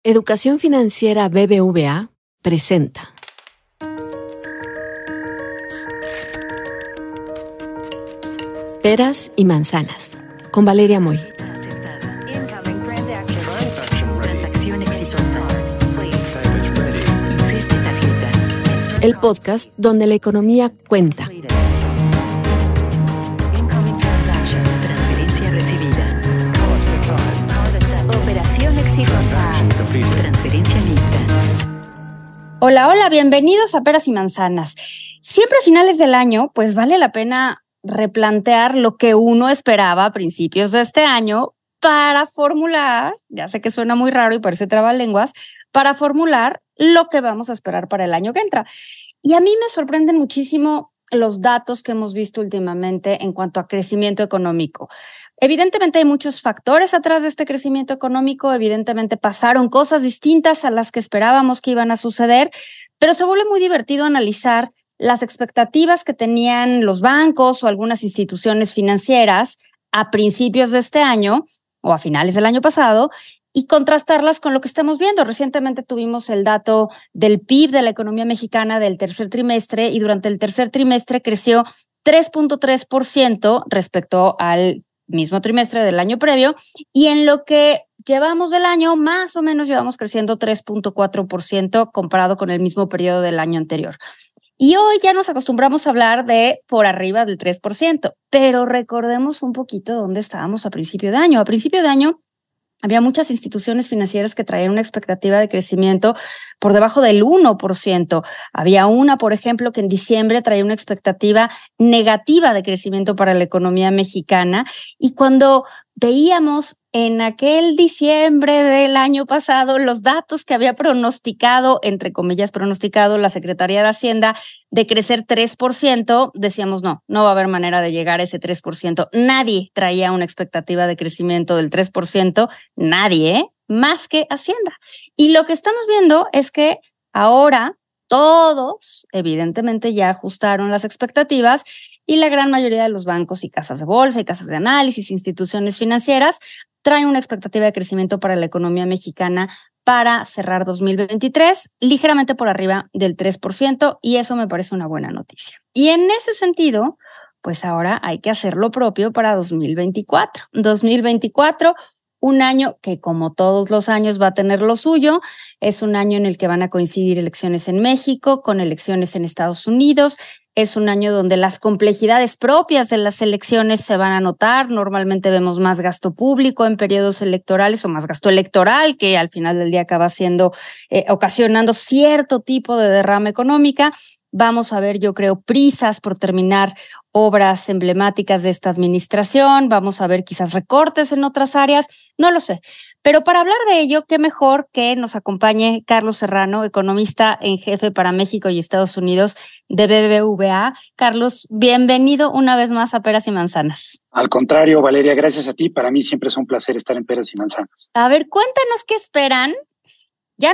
Educación Financiera BBVA presenta. Peras y manzanas, con Valeria Moy. El podcast donde la economía cuenta. Hola, bienvenidos a Peras y Manzanas. Siempre a finales del año, pues vale la pena replantear lo que uno esperaba a principios de este año para formular, ya sé que suena muy raro y parece trabalenguas, para formular lo que vamos a esperar para el año que entra. Y a mí me sorprenden muchísimo los datos que hemos visto últimamente en cuanto a crecimiento económico. Evidentemente hay muchos factores atrás de este crecimiento económico, evidentemente pasaron cosas distintas a las que esperábamos que iban a suceder, pero se vuelve muy divertido analizar las expectativas que tenían los bancos o algunas instituciones financieras a principios de este año o a finales del año pasado y contrastarlas con lo que estamos viendo. Recientemente tuvimos el dato del PIB de la economía mexicana del tercer trimestre y durante el tercer trimestre creció 3.3% respecto al mismo trimestre del año previo, y en lo que llevamos del año, más o menos llevamos creciendo 3.4% comparado con el mismo periodo del año anterior. Y hoy ya nos acostumbramos a hablar de por arriba del 3%, pero recordemos un poquito dónde estábamos a principio de año. A principio de año había muchas instituciones financieras que traían una expectativa de crecimiento por debajo del 1%. Había una, por ejemplo, que en diciembre traía una expectativa negativa de crecimiento para la economía mexicana. Y cuando veíamos en aquel diciembre del año pasado los datos que había pronosticado, entre comillas pronosticado, la Secretaría de Hacienda de crecer 3%, decíamos no va a haber manera de llegar a ese 3%. Nadie traía una expectativa de crecimiento del 3%, nadie, más que Hacienda. Y lo que estamos viendo es que ahora todos, evidentemente, ya ajustaron las expectativas y la gran mayoría de los bancos y casas de bolsa y casas de análisis, instituciones financieras, traen una expectativa de crecimiento para la economía mexicana para cerrar 2023 ligeramente por arriba del 3%, y eso me parece una buena noticia. Y en ese sentido, pues ahora hay que hacer lo propio para 2024. 2024, un año que, como todos los años, va a tener lo suyo. Es un año en el que van a coincidir elecciones en México con elecciones en Estados Unidos. Es un año donde las complejidades propias de las elecciones se van a notar. Normalmente vemos más gasto público en periodos electorales o más gasto electoral, que al final del día acaba ocasionando cierto tipo de derrama económica. Vamos a ver, yo creo, prisas por terminar obras emblemáticas de esta administración. Vamos a ver quizás recortes en otras áreas, no lo sé. Pero para hablar de ello, qué mejor que nos acompañe Carlos Serrano, economista en jefe para México y Estados Unidos de BBVA. Carlos, bienvenido una vez más a Peras y Manzanas. Al contrario, Valeria, gracias a ti. Para mí siempre es un placer estar en Peras y Manzanas. A ver, cuéntanos qué esperan. Ya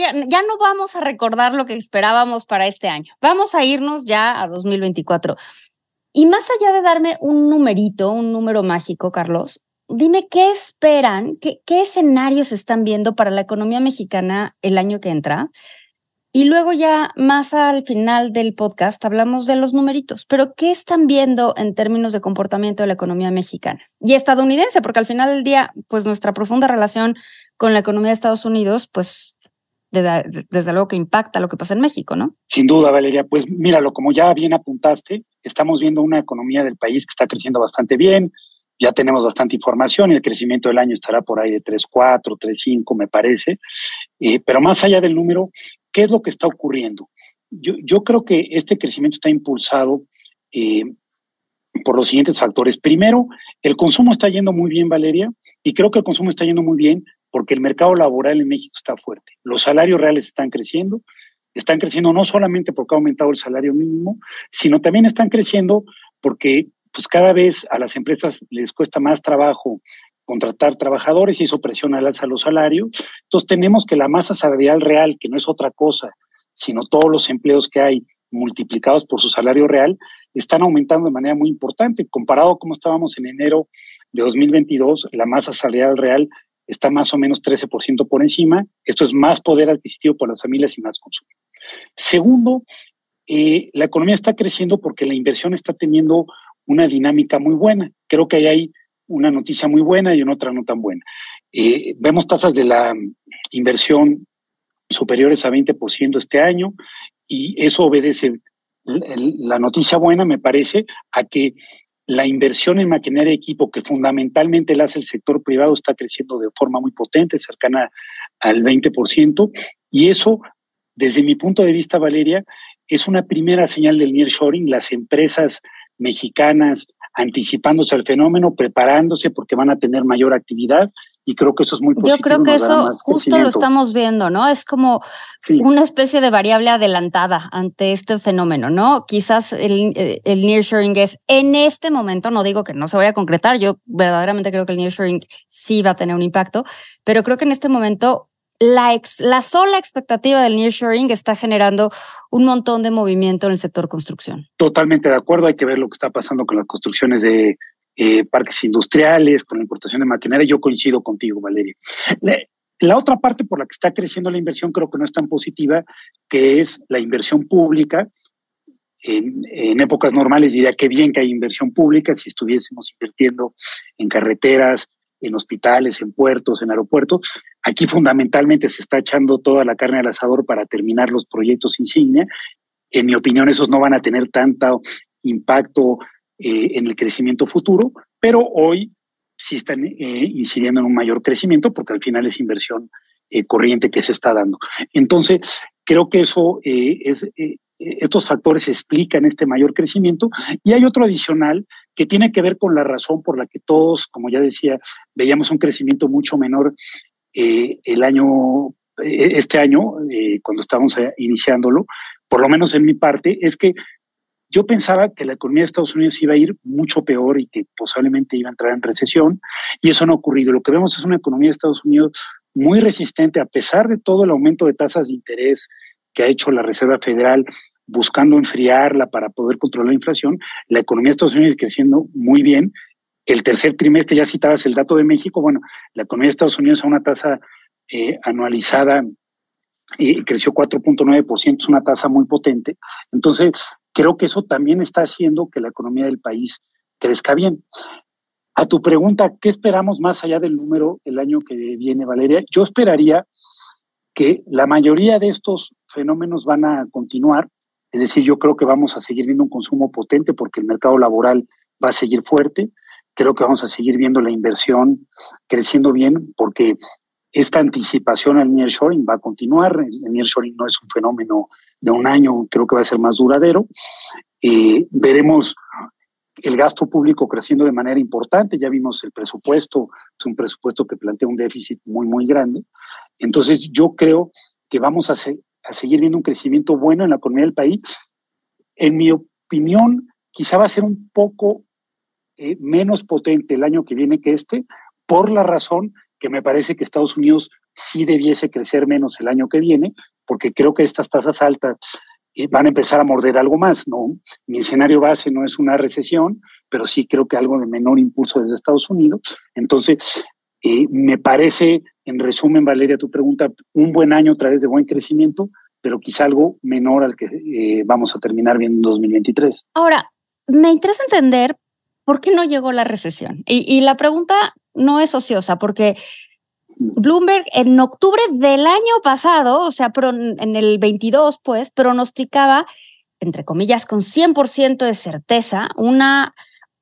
no vamos a recordar lo que esperábamos para este año. Vamos a irnos ya a 2024. Y más allá de darme un numerito, un número mágico, Carlos, dime qué esperan, qué escenarios están viendo para la economía mexicana el año que entra. Y luego ya más al final del podcast hablamos de los numeritos. Pero ¿qué están viendo en términos de comportamiento de la economía mexicana y estadounidense? Porque al final del día, pues nuestra profunda relación con la economía de Estados Unidos, pues desde luego que impacta lo que pasa en México, ¿no? Sin duda, Valeria. Pues míralo, como ya bien apuntaste, estamos viendo una economía del país que está creciendo bastante bien. Ya tenemos bastante información y el crecimiento del año estará por ahí de 3.4, 3.5, me parece. Pero más allá del número, ¿qué es lo que está ocurriendo? Yo creo que este crecimiento está impulsado por los siguientes factores. Primero, el consumo está yendo muy bien, Valeria, y creo que el consumo está yendo muy bien porque el mercado laboral en México está fuerte. Los salarios reales están creciendo no solamente porque ha aumentado el salario mínimo, sino también están creciendo porque pues cada vez a las empresas les cuesta más trabajo contratar trabajadores y eso presiona al alza los salarios. Entonces tenemos que la masa salarial real, que no es otra cosa, sino todos los empleos que hay multiplicados por su salario real, están aumentando de manera muy importante. Comparado a cómo estábamos en enero de 2022, la masa salarial real está más o menos 13% por encima. Esto es más poder adquisitivo para las familias y más consumo. Segundo, la economía está creciendo porque la inversión está teniendo una dinámica muy buena. Creo que ahí hay una noticia muy buena y una otra no tan buena. Vemos tasas de la inversión superiores a 20% este año, y eso obedece, la noticia buena me parece, a que la inversión en maquinaria y equipo, que fundamentalmente la hace el sector privado, está creciendo de forma muy potente, cercana al 20%, y eso, desde mi punto de vista, Valeria, es una primera señal del nearshoring. Las empresas mexicanas anticipándose al fenómeno, preparándose porque van a tener mayor actividad, y creo que eso es muy positivo. Yo creo que eso justo lo estamos viendo, ¿no? Es como una especie de variable adelantada ante este fenómeno, ¿no? Quizás el nearshoring es en este momento, no digo que no se vaya a concretar, yo verdaderamente creo que el nearshoring sí va a tener un impacto, pero creo que en este momento la sola expectativa del nearshoring está generando un montón de movimiento en el sector construcción. Totalmente de acuerdo, hay que ver lo que está pasando con las construcciones de parques industriales, con la importación de maquinaria. Yo coincido contigo, Valeria. La otra parte por la que está creciendo la inversión creo que no es tan positiva, que es la inversión pública. En épocas normales diría que bien que hay inversión pública, si estuviésemos invirtiendo en carreteras, en hospitales, en puertos, en aeropuertos. Aquí fundamentalmente se está echando toda la carne al asador para terminar los proyectos insignia. En mi opinión, esos no van a tener tanto impacto en el crecimiento futuro, pero hoy sí están incidiendo en un mayor crecimiento, porque al final es inversión corriente que se está dando. Entonces, creo que eso estos factores explican este mayor crecimiento. Y hay otro adicional que tiene que ver con la razón por la que todos, como ya decía, veíamos un crecimiento mucho menor este año, cuando estábamos iniciándolo, por lo menos en mi parte, es que yo pensaba que la economía de Estados Unidos iba a ir mucho peor y que posiblemente iba a entrar en recesión, y eso no ha ocurrido. Lo que vemos es una economía de Estados Unidos muy resistente, a pesar de todo el aumento de tasas de interés que ha hecho la Reserva Federal buscando enfriarla para poder controlar la inflación. La economía de Estados Unidos creciendo muy bien. El tercer trimestre, ya citabas el dato de México, bueno, la economía de Estados Unidos a una tasa anualizada creció 4.9%, es una tasa muy potente. Entonces, creo que eso también está haciendo que la economía del país crezca bien. A tu pregunta, ¿qué esperamos más allá del número el año que viene, Valeria? Yo esperaría que la mayoría de estos fenómenos van a continuar. Es decir, yo creo que vamos a seguir viendo un consumo potente porque el mercado laboral va a seguir fuerte. Creo que vamos a seguir viendo la inversión creciendo bien porque esta anticipación al nearshoring va a continuar. El nearshoring no es un fenómeno de un año, creo que va a ser más duradero. Veremos el gasto público creciendo de manera importante. Ya vimos el presupuesto, es un presupuesto que plantea un déficit muy, muy grande. Entonces, yo creo que vamos a seguir viendo un crecimiento bueno en la economía del país. En mi opinión, quizá va a ser un poco menos potente el año que viene que este, por la razón que me parece que Estados Unidos sí debiese crecer menos el año que viene, porque creo que estas tasas altas van a empezar a morder algo más, ¿no? Mi escenario base no es una recesión, pero sí creo que algo de menor impulso desde Estados Unidos. Entonces, me parece, en resumen, Valeria, tu pregunta, un buen año a través de buen crecimiento, pero quizá algo menor al que vamos a terminar viendo en 2023. Ahora, me interesa entender por qué no llegó la recesión. Y la pregunta no es ociosa, porque Bloomberg en octubre del año pasado, o sea, en el 22, pues, pronosticaba, entre comillas, con 100% de certeza, una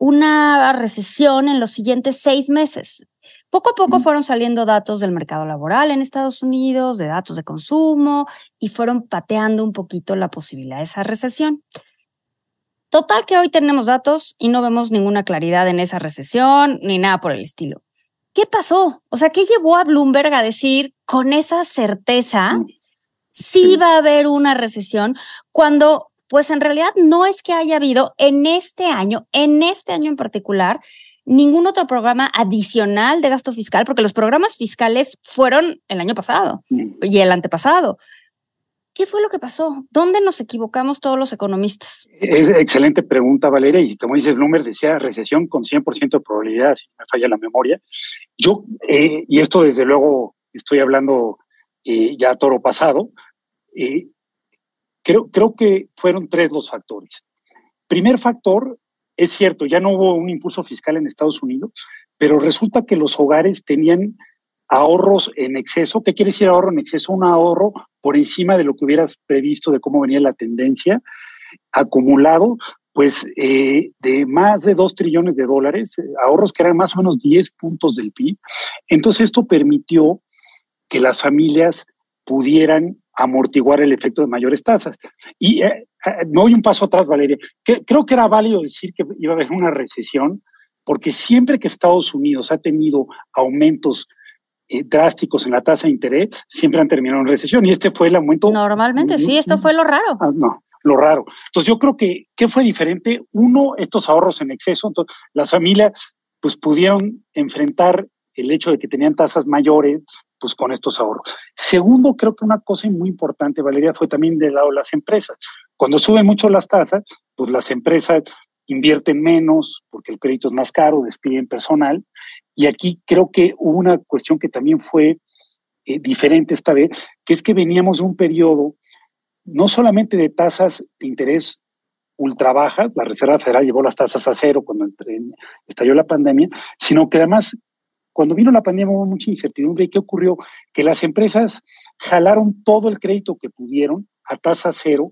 recesión en los siguientes 6 meses. Poco a poco fueron saliendo datos del mercado laboral en Estados Unidos, de datos de consumo, y fueron pateando un poquito la posibilidad de esa recesión. Total que hoy tenemos datos y no vemos ninguna claridad en esa recesión ni nada por el estilo. ¿Qué pasó? O sea, ¿qué llevó a Bloomberg a decir con esa certeza sí va a haber una recesión cuando, pues en realidad no es que haya habido en este año en particular, ningún otro programa adicional de gasto fiscal, porque los programas fiscales fueron el año pasado y el antepasado? ¿Qué fue lo que pasó? ¿Dónde nos equivocamos todos los economistas? Es excelente pregunta, Valeria, y como dice Bloomberg, decía recesión con 100% de probabilidad, si no me falla la memoria. Yo, y esto desde luego estoy hablando ya a toro pasado, creo que fueron 3 los factores. Primer factor, es cierto, ya no hubo un impulso fiscal en Estados Unidos, pero resulta que los hogares tenían ahorros en exceso. ¿Qué quiere decir ahorro en exceso? Un ahorro por encima de lo que hubieras previsto de cómo venía la tendencia, acumulado, pues de más de $2 trillones, ahorros que eran más o menos 10 puntos del PIB. Entonces esto permitió que las familias pudieran amortiguar el efecto de mayores tasas. Y me voy un paso atrás, Valeria. Creo que era válido decir que iba a haber una recesión, porque siempre que Estados Unidos ha tenido aumentos drásticos en la tasa de interés, siempre han terminado en recesión, y este fue el aumento. Normalmente sí, esto fue lo raro. No, lo raro. Entonces yo creo que ¿qué fue diferente? Uno, estos ahorros en exceso. Entonces las familias pues pudieron enfrentar el hecho de que tenían tasas mayores pues con estos ahorros. Segundo, creo que una cosa muy importante, Valeria, fue también del lado de las empresas. Cuando suben mucho las tasas, pues las empresas invierten menos porque el crédito es más caro, despiden personal. Y aquí creo que hubo una cuestión que también fue diferente esta vez, que es que veníamos de un periodo no solamente de tasas de interés ultra bajas, la Reserva Federal llevó las tasas a cero cuando estalló la pandemia, sino que además cuando vino la pandemia hubo mucha incertidumbre. ¿Y qué ocurrió? Que las empresas jalaron todo el crédito que pudieron a tasa cero,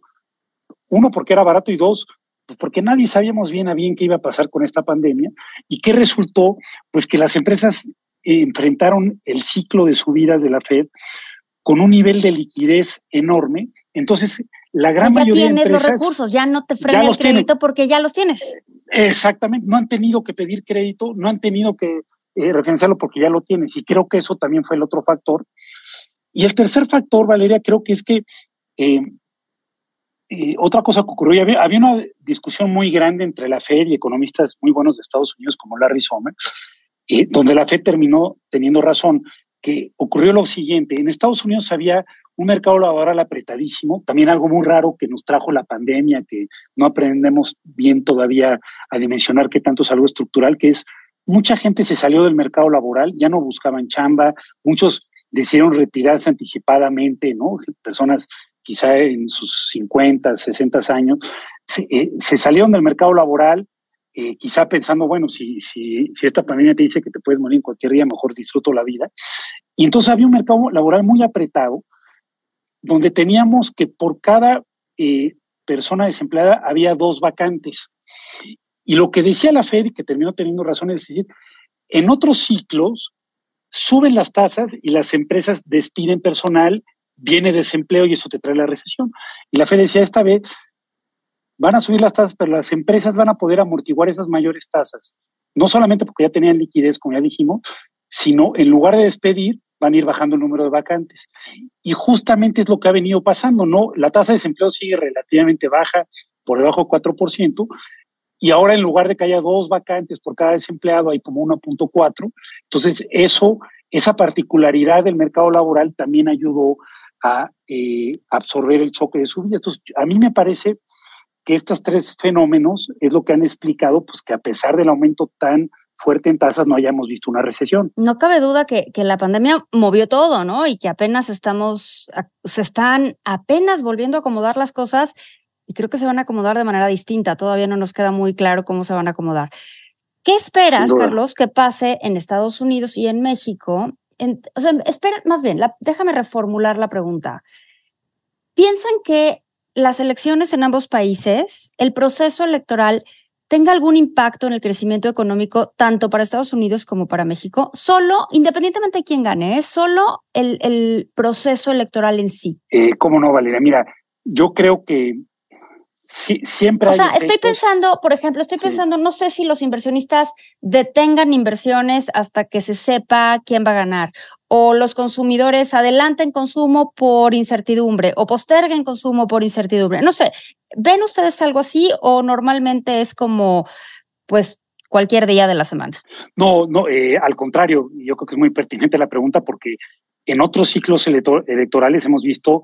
uno porque era barato y dos, pues porque nadie sabíamos bien a bien qué iba a pasar con esta pandemia. ¿Y qué resultó? Pues que las empresas enfrentaron el ciclo de subidas de la Fed con un nivel de liquidez enorme. Entonces, la gran mayoría de empresas... Ya tienes los recursos, ya no te frena el crédito porque ya los tienes. Exactamente, no han tenido que pedir crédito, no han tenido que referenciarlo porque ya lo tienes, y creo que eso también fue el otro factor. Y el tercer factor, Valeria, creo que es que otra cosa que ocurrió, había una discusión muy grande entre la Fed y economistas muy buenos de Estados Unidos como Larry Summers, donde la Fed terminó teniendo razón, que ocurrió lo siguiente: en Estados Unidos había un mercado laboral apretadísimo, también algo muy raro que nos trajo la pandemia, que no aprendemos bien todavía a dimensionar qué tanto es algo estructural, que es mucha gente se salió del mercado laboral, ya no buscaban chamba, muchos decidieron retirarse anticipadamente, ¿no? Personas quizá en sus 50, 60 años, se salieron del mercado laboral, quizá pensando, bueno, si esta pandemia te dice que te puedes morir en cualquier día, mejor disfruto la vida. Y entonces había un mercado laboral muy apretado, donde teníamos que por cada persona desempleada había 2 vacantes. Y lo que decía la Fed, y que terminó teniendo razón, es decir, en otros ciclos suben las tasas y las empresas despiden personal, viene desempleo y eso te trae la recesión. Y la Fed decía, esta vez van a subir las tasas, pero las empresas van a poder amortiguar esas mayores tasas. No solamente porque ya tenían liquidez, como ya dijimos, sino en lugar de despedir, van a ir bajando el número de vacantes. Y justamente es lo que ha venido pasando, ¿no? La tasa de desempleo sigue relativamente baja, por debajo del 4%, y ahora en lugar de que haya 2 vacantes por cada desempleado, hay como 1.4. Entonces, esa particularidad del mercado laboral también ayudó a absorber el choque de subida. Entonces, a mí me parece que estos 3 fenómenos es lo que han explicado pues, que a pesar del aumento tan fuerte en tasas no hayamos visto una recesión. No cabe duda que la pandemia movió todo, ¿no? Y que apenas se están apenas volviendo a acomodar las cosas, y creo que se van a acomodar de manera distinta. Todavía no nos queda muy claro cómo se van a acomodar. ¿Qué esperas, Carlos, que pase en Estados Unidos y en México? Déjame reformular la pregunta. ¿Piensan que las elecciones en ambos países, el proceso electoral, tenga algún impacto en el crecimiento económico tanto para Estados Unidos como para México? Solo, independientemente de quién gane, solo el proceso electoral en sí. ¿Cómo no, Valeria? Mira, yo creo que sí, siempre hay efectos. Estoy pensando, por ejemplo, no sé si los inversionistas detengan inversiones hasta que se sepa quién va a ganar, o los consumidores adelanten consumo por incertidumbre, o posterguen consumo por incertidumbre. No sé, ¿ven ustedes algo así o normalmente es como, pues, cualquier día de la semana? No, al contrario, yo creo que es muy pertinente la pregunta porque en otros ciclos electorales hemos visto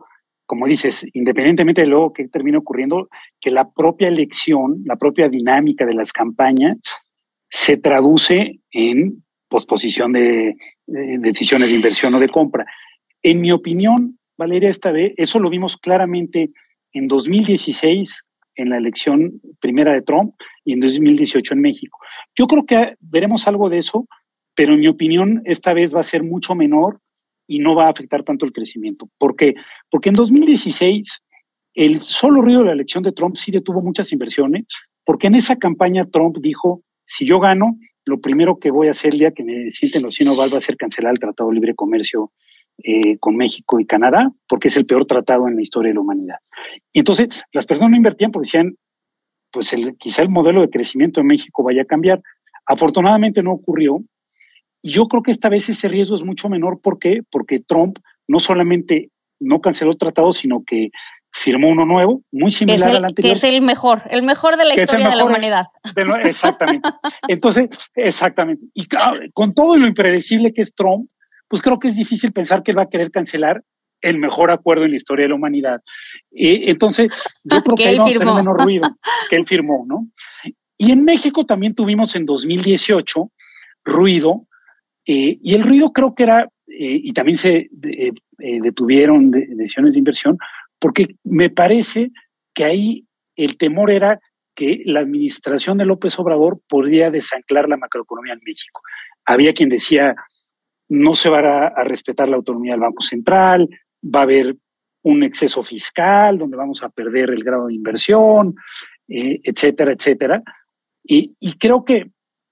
como dices, independientemente de lo que termine ocurriendo, que la propia elección, la propia dinámica de las campañas se traduce en posposición de decisiones de inversión o de compra. En mi opinión, Valeria, esta vez, eso lo vimos claramente en 2016, en la elección primera de Trump, y en 2018 en México. Yo creo que veremos algo de eso, pero en mi opinión, esta vez va a ser mucho menor y no va a afectar tanto el crecimiento. ¿Por qué? Porque en 2016, el solo ruido de la elección de Trump sí detuvo muchas inversiones, porque en esa campaña Trump dijo, si yo gano, lo primero que voy a hacer el día que me sienten los Sinoval va a ser cancelar el Tratado de Libre Comercio con México y Canadá, porque es el peor tratado en la historia de la humanidad. Y entonces las personas no invertían porque decían, pues quizá el modelo de crecimiento en México vaya a cambiar. Afortunadamente no ocurrió. Y yo creo que esta vez ese riesgo es mucho menor. ¿Por qué? Porque Trump no solamente no canceló el tratado, sino que firmó uno nuevo, muy similar al anterior. Que es el mejor de la historia de la humanidad. Exactamente. Entonces, exactamente. Y con todo lo impredecible que es Trump, pues creo que es difícil pensar que él va a querer cancelar el mejor acuerdo en la historia de la humanidad. Entonces, yo creo que él va a hacer menos ruido que él firmó, ¿no? Y en México también tuvimos en 2018 ruido, y el ruido creo que era, y también se detuvieron decisiones de inversión, porque me parece que ahí el temor era que la administración de López Obrador podría desanclar la macroeconomía en México. Había quien decía, no se va a respetar la autonomía del Banco Central, va a haber un exceso fiscal donde vamos a perder el grado de inversión, etcétera, etcétera. Y creo que,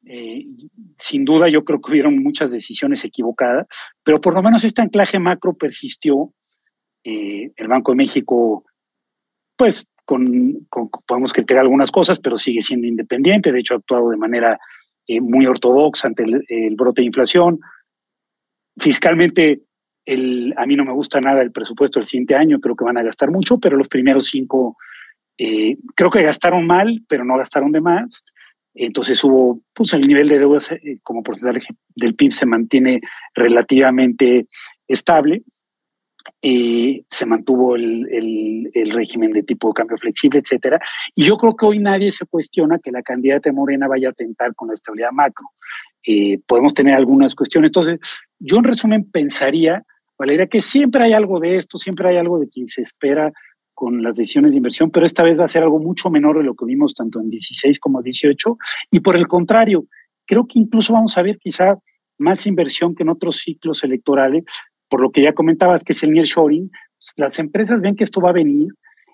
sin duda, yo creo que hubieron muchas decisiones equivocadas, pero por lo menos este anclaje macro persistió. El Banco de México, pues, podemos criticar algunas cosas, pero sigue siendo independiente. De hecho, ha actuado de manera muy ortodoxa ante el brote de inflación. Fiscalmente, a mí no me gusta nada el presupuesto del siguiente año, creo que van a gastar mucho, pero los primeros 5 creo que gastaron mal, pero no gastaron de más. Entonces pues el nivel de deudas como porcentaje del PIB se mantiene relativamente estable. Se mantuvo el régimen de tipo de cambio flexible, etcétera. Y yo creo que hoy nadie se cuestiona que la candidata de Morena vaya a atentar con la estabilidad macro. Podemos tener algunas cuestiones. Entonces, yo en resumen pensaría, Valeria, que siempre hay algo de esto, siempre hay algo de quien se espera con las decisiones de inversión, pero esta vez va a ser algo mucho menor de lo que vimos tanto en 16 como 18. Y por el contrario, creo que incluso vamos a ver quizá más inversión que en otros ciclos electorales, por lo que ya comentabas, que es el nearshoring. Las empresas ven que esto va a venir,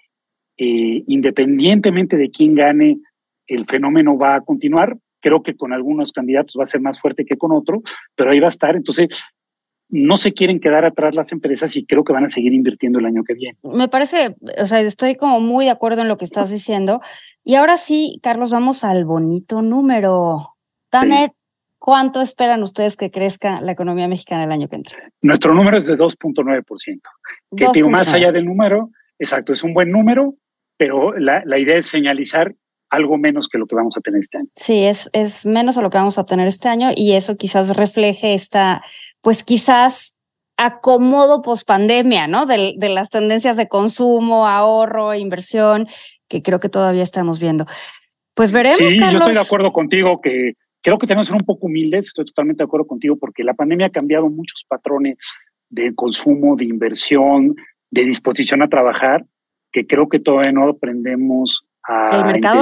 independientemente de quién gane, el fenómeno va a continuar. Creo que con algunos candidatos va a ser más fuerte que con otros, pero ahí va a estar. Entonces, no se quieren quedar atrás las empresas y creo que van a seguir invirtiendo el año que viene. Me parece, o sea, estoy como muy de acuerdo en lo que estás diciendo. Y ahora sí, Carlos, vamos al bonito número. Dame, sí. ¿Cuánto esperan ustedes que crezca la economía mexicana el año que entra? Nuestro número es de 2.9%. Que digo, más allá del número, exacto, es un buen número, pero la idea es señalizar algo menos que lo que vamos a tener este año. Sí, es menos a lo que vamos a tener este año, y eso quizás refleje pues quizás acomodo pospandemia, ¿no? De las tendencias de consumo, ahorro, inversión, que creo que todavía estamos viendo. Pues veremos, sí, Carlos. Yo estoy de acuerdo contigo que creo que tenemos que ser un poco humildes, estoy totalmente de acuerdo contigo, porque la pandemia ha cambiado muchos patrones de consumo, de inversión, de disposición a trabajar, que creo que todavía no aprendemos a el mercado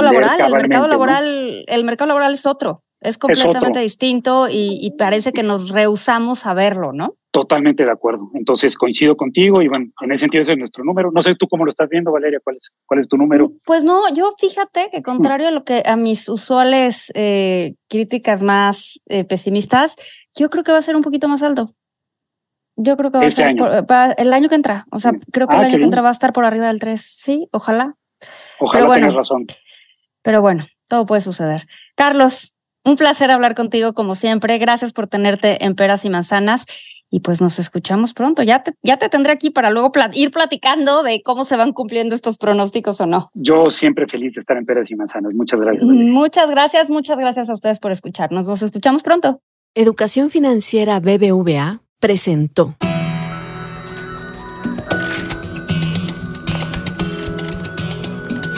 laboral es otro. Es completamente distinto y parece que nos rehusamos a verlo, ¿no? Totalmente de acuerdo. Entonces coincido contigo y bueno, en ese sentido ese es nuestro número. No sé tú cómo lo estás viendo, Valeria, ¿cuál es tu número? Pues no, yo fíjate que contrario a mis usuales críticas más pesimistas, yo creo que va a ser un poquito más alto. Yo creo que va a ser el año que entra. O sea, creo que el año que entra va a estar por arriba del 3. Sí, ojalá. Ojalá tengas razón. Pero bueno, todo puede suceder. Carlos, un placer hablar contigo como siempre. Gracias por tenerte en Peras y Manzanas. Y pues nos escuchamos pronto. Ya te tendré aquí para luego ir platicando de cómo se van cumpliendo estos pronósticos o no. Yo siempre feliz de estar en Peras y Manzanas. Muchas gracias. Muchas gracias a ustedes por escucharnos. Nos escuchamos pronto. Educación Financiera BBVA presentó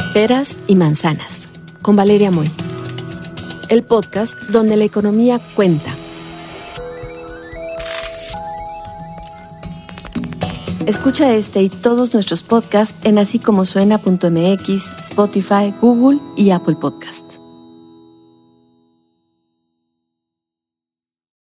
Peras y manzanas, con Valeria Moy. El podcast donde la economía cuenta. Escucha este y todos nuestros podcasts en asícomosuena.mx, Spotify, Google y Apple Podcast.